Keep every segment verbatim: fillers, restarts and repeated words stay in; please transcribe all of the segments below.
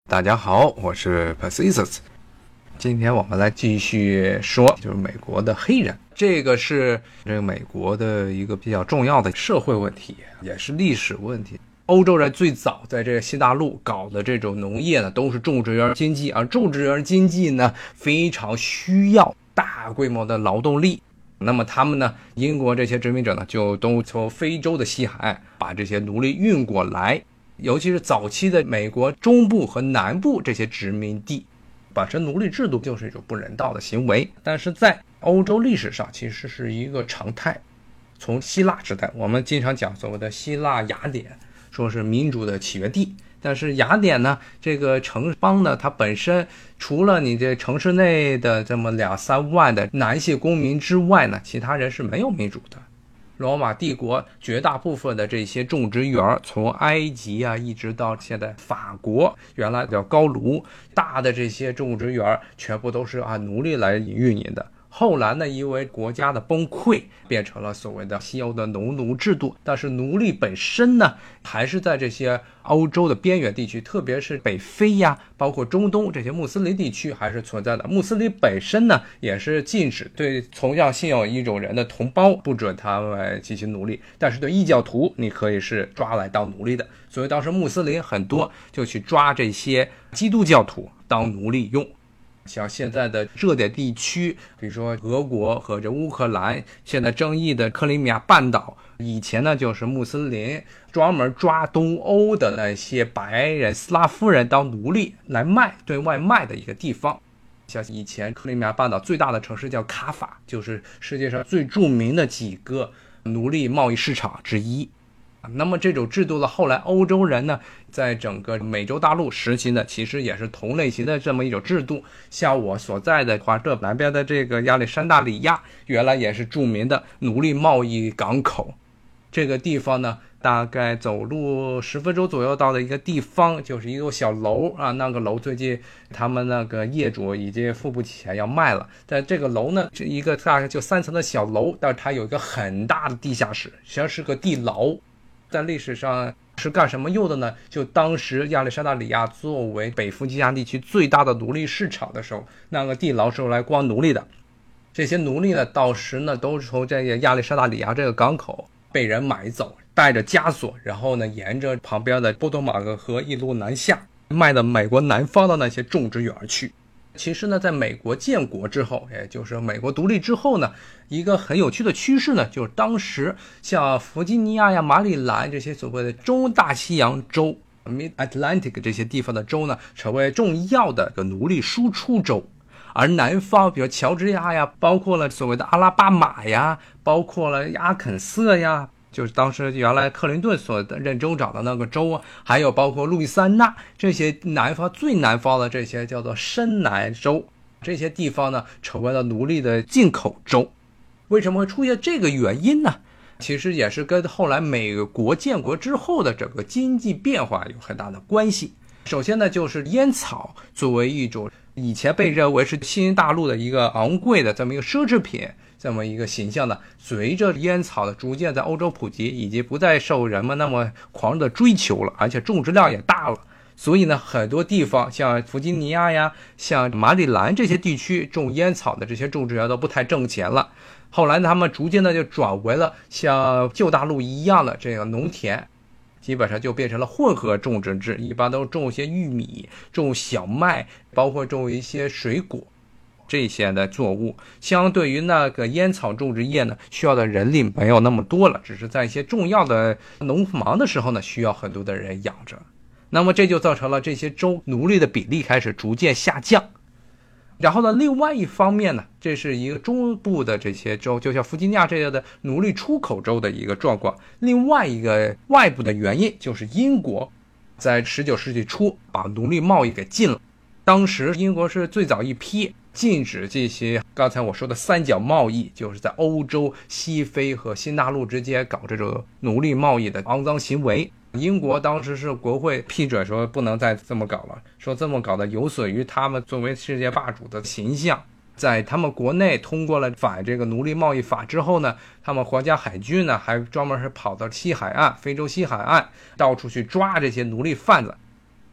大家好，我是 Pacisus。今天我们来继续说，就是美国的黑人，这个是这个美国的一个比较重要的社会问题，也是历史问题。欧洲人最早在这个新大陆搞的这种农业呢，都是种植园经济，而种植园经济呢，非常需要大规模的劳动力。那么他们呢，英国这些殖民者呢，就都从非洲的西海岸把这些奴隶运过来。尤其是早期的美国中部和南部这些殖民地，本身奴隶制度就是一种不人道的行为，但是在欧洲历史上其实是一个常态。从希腊时代，我们经常讲所谓的希腊雅典，说是民主的起源地，但是雅典呢，这个城邦呢，它本身除了你这城市内的这么两三万的男性公民之外呢，其他人是没有民主的。罗马帝国绝大部分的这些种植园，从埃及啊一直到现在法国，原来叫高卢，大的这些种植园全部都是按奴隶来运营的。后来呢，因为国家的崩溃，变成了所谓的西欧的农奴制度，但是奴隶本身呢，还是在这些欧洲的边缘地区，特别是北非呀，包括中东这些穆斯林地区还是存在的。穆斯林本身呢，也是禁止对同样信仰一种人的同胞不准他们进行奴隶，但是对异教徒你可以是抓来当奴隶的。所以当时穆斯林很多就去抓这些基督教徒当奴隶用。像现在的热点地区，比如说俄国和这乌克兰，现在争议的克里米亚半岛，以前呢就是穆斯林专门抓东欧的那些白人斯拉夫人当奴隶来卖，对外卖的一个地方。像以前克里米亚半岛最大的城市叫卡法，就是世界上最著名的几个奴隶贸易市场之一。那么这种制度的后来欧洲人呢，在整个美洲大陆实行的其实也是同类型的这么一种制度。像我所在的华特南边的这个亚历山大里亚，原来也是著名的奴隶贸易港口。这个地方呢，大概走路十分钟左右到的一个地方，就是一个小楼啊。那个楼最近他们那个业主已经付不起钱要卖了。但这个楼呢，是一个大概就三层的小楼，但是它有一个很大的地下室，实际上是个地牢。在历史上是干什么用的呢？就当时亚历山大里亚作为北弗吉尼亚地区最大的奴隶市场的时候，那个地牢是用来关奴隶的。这些奴隶呢，到时呢都是从这个亚历山大里亚这个港口被人买走，带着枷锁，然后呢沿着旁边的波多马克河一路南下，卖到美国南方的那些种植园去。其实呢，在美国建国之后，也就是美国独立之后呢，一个很有趣的趋势呢，就是当时像弗吉尼亚呀、马里兰这些所谓的中大西洋州 Mid Atlantic 这些地方的州呢，成为重要的个奴隶输出州。而南方，比如乔治亚呀，包括了所谓的阿拉巴马呀，包括了阿肯色呀，就是当时原来克林顿所任州长的那个州啊，还有包括路易斯安那这些南方最南方的这些叫做深南州，这些地方呢成为了奴隶的进口州。为什么会出现这个原因呢？其实也是跟后来美国建国之后的整个经济变化有很大的关系。首先呢，就是烟草作为一种以前被认为是新大陆的一个昂贵的这么一个奢侈品，这么一个形象呢，随着烟草的逐渐在欧洲普及，以及不再受人们那么狂的追求了，而且种植量也大了，所以呢，很多地方像弗吉尼亚呀、像马里兰这些地区种烟草的这些种植园都不太挣钱了。后来呢，他们逐渐的就转为了像旧大陆一样的这个农田，基本上就变成了混合种植制，一般都种一些玉米、种小麦，包括种一些水果。这些的作物相对于那个烟草种植业呢，需要的人力没有那么多了，只是在一些重要的农忙的时候呢，需要很多的人养着。那么这就造成了这些州奴隶的比例开始逐渐下降。然后呢，另外一方面呢，这是一个中部的这些州，就像弗吉尼亚这样的奴隶出口州的一个状况。另外一个外部的原因就是英国在十九世纪初把奴隶贸易给禁了。当时英国是最早一批禁止这些刚才我说的三角贸易，就是在欧洲、西非和新大陆之间搞这种奴隶贸易的肮脏行为。英国当时是国会批准说不能再这么搞了，说这么搞的有损于他们作为世界霸主的形象。在他们国内通过了反这个奴隶贸易法之后呢，他们皇家海军呢还专门是跑到西海岸、非洲西海岸，到处去抓这些奴隶贩子。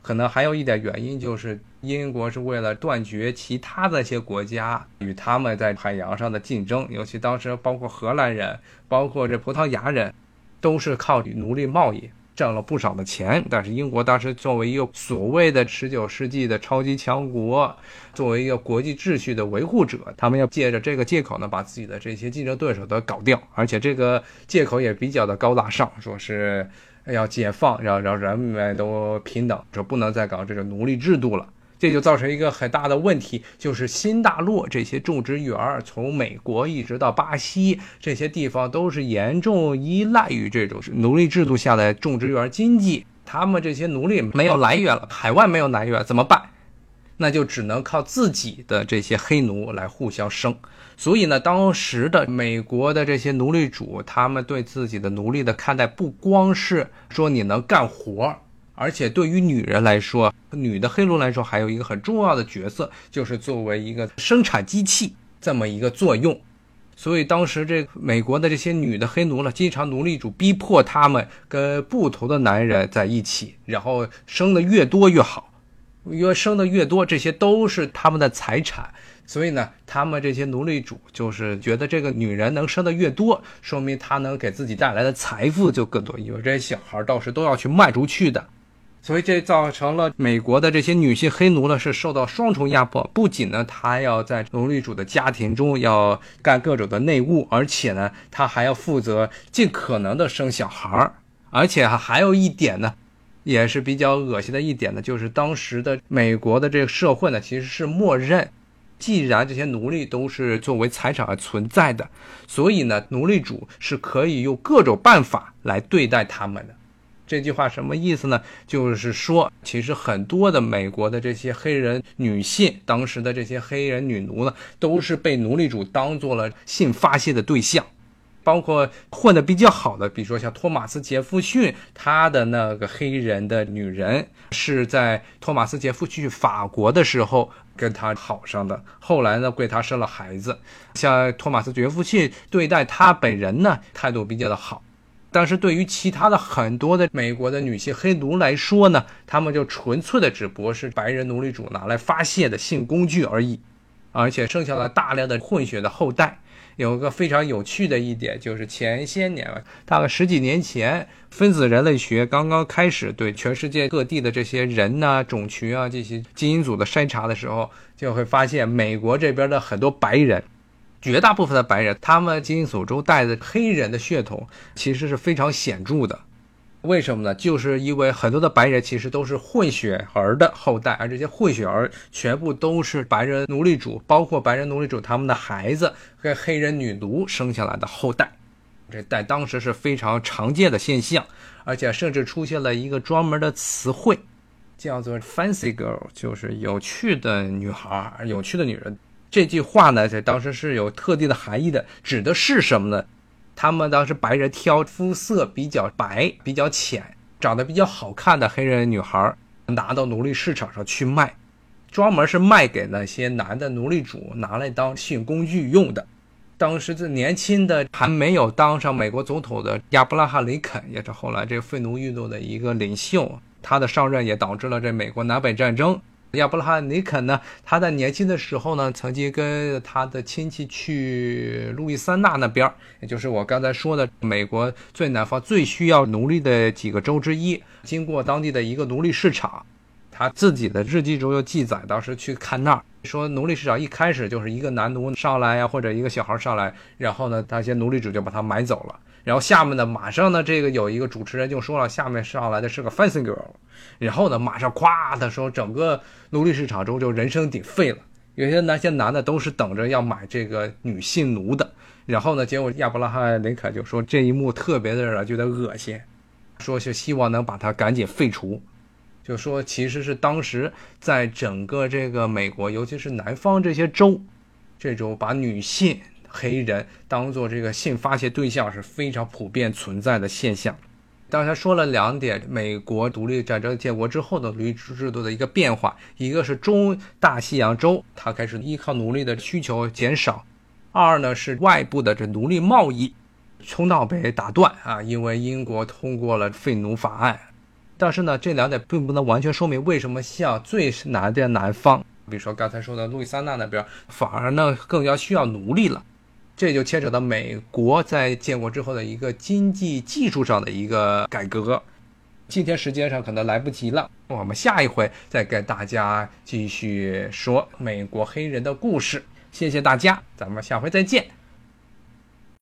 可能还有一点原因就是英国是为了断绝其他的一些国家与他们在海洋上的竞争，尤其当时包括荷兰人，包括这葡萄牙人，都是靠奴隶贸易挣了不少的钱。但是英国当时作为一个所谓的十九世纪的超级强国，作为一个国际秩序的维护者，他们要借着这个借口呢，把自己的这些竞争对手都搞掉，而且这个借口也比较的高大上，说是要解放，让让人们都平等，就不能再搞这种奴隶制度了。这就造成一个很大的问题，就是新大陆这些种植园从美国一直到巴西这些地方都是严重依赖于这种奴隶制度下的种植园经济，他们这些奴隶没有来源了，海外没有来源怎么办？那就只能靠自己的这些黑奴来互相生。所以呢，当时的美国的这些奴隶主，他们对自己的奴隶的看待不光是说你能干活，而且对于女人来说，女的黑奴来说还有一个很重要的角色，就是作为一个生产机器这么一个作用。所以当时这美国的这些女的黑奴呢，经常奴隶主逼迫他们跟不同的男人在一起，然后生的越多越好，越生的越多，这些都是他们的财产。所以呢，他们这些奴隶主就是觉得这个女人能生的越多，说明她能给自己带来的财富就更多，因为这些小孩到时都要去卖出去的。所以这造成了美国的这些女性黑奴呢是受到双重压迫，不仅呢她要在奴隶主的家庭中要干各种的内务，而且呢她还要负责尽可能的生小孩。而且还有一点呢，也是比较恶心的一点呢，就是当时的美国的这个社会呢其实是默认，既然这些奴隶都是作为财产而存在的，所以呢奴隶主是可以用各种办法来对待他们的。这句话什么意思呢？就是说其实很多的美国的这些黑人女性，当时的这些黑人女奴呢，都是被奴隶主当做了性发泄的对象。包括混得比较好的，比如说像托马斯杰弗逊，他的那个黑人的女人是在托马斯杰弗逊去法国的时候跟他好上的，后来呢为他生了孩子。像托马斯杰弗逊对待他本人呢态度比较的好，但是对于其他的很多的美国的女性黑奴来说呢，他们就纯粹的只不过是白人奴隶主拿来发泄的性工具而已，而且生下了大量的混血的后代。有个非常有趣的一点，就是前些年大概十几年前，分子人类学刚刚开始对全世界各地的这些人呐、种群啊这些基因组的筛查的时候，就会发现美国这边的很多白人，绝大部分的白人，他们基因组中带的黑人的血统其实是非常显著的。为什么呢？就是因为很多的白人其实都是混血儿的后代，而这些混血儿全部都是白人奴隶主，包括白人奴隶主他们的孩子跟黑人女奴生下来的后代。这在当时是非常常见的现象，而且甚至出现了一个专门的词汇，叫做 fancy girl， 就是有趣的女孩，有趣的女人。这句话呢，在当时是有特定的含义的，指的是什么呢？他们当时白人挑肤色比较白、比较浅、长得比较好看的黑人女孩拿到奴隶市场上去卖，专门是卖给那些男的奴隶主拿来当性工具用的。当时这年轻的还没有当上美国总统的亚伯拉罕林肯，也是后来这个废奴运动的一个领袖，他的上任也导致了这美国南北战争。亚伯拉罕林肯呢，他在年轻的时候呢，曾经跟他的亲戚去路易斯安那那边，也就是我刚才说的美国最南方最需要奴隶的几个州之一，经过当地的一个奴隶市场。他自己的日记中有记载，当时去看那儿，说奴隶市场一开始就是一个男奴上来呀、啊，或者一个小孩上来，然后呢，那些奴隶主就把他买走了。然后下面呢，马上呢，这个有一个主持人就说了，下面上来的是个 fancy girl， 然后呢，马上咵的时候，整个奴隶市场中就人声鼎沸了。有些那些男的都是等着要买这个女性奴的。然后呢，结果亚伯拉罕林肯就说这一幕特别的让人觉得恶心，说是希望能把它赶紧废除。就说其实是当时在整个这个美国，尤其是南方这些州，这种把女性黑人当做这个性发泄对象是非常普遍存在的现象。刚才说了两点，美国独立战争建国之后的奴隶制度的一个变化，一个是中大西洋州它开始依靠奴隶的需求减少，二呢是外部的这奴隶贸易冲到被打断啊，因为英国通过了废奴法案。 但是呢，这两点并不能完全说明为什么像最南的南方，比如说刚才说的路易斯安那那边，反而呢更加需要奴隶了。这就牵扯到美国在建国之后的一个经济技术上的一个改革。今天时间上可能来不及了，我们下一回再跟大家继续说美国黑人的故事。谢谢大家，咱们下回再见。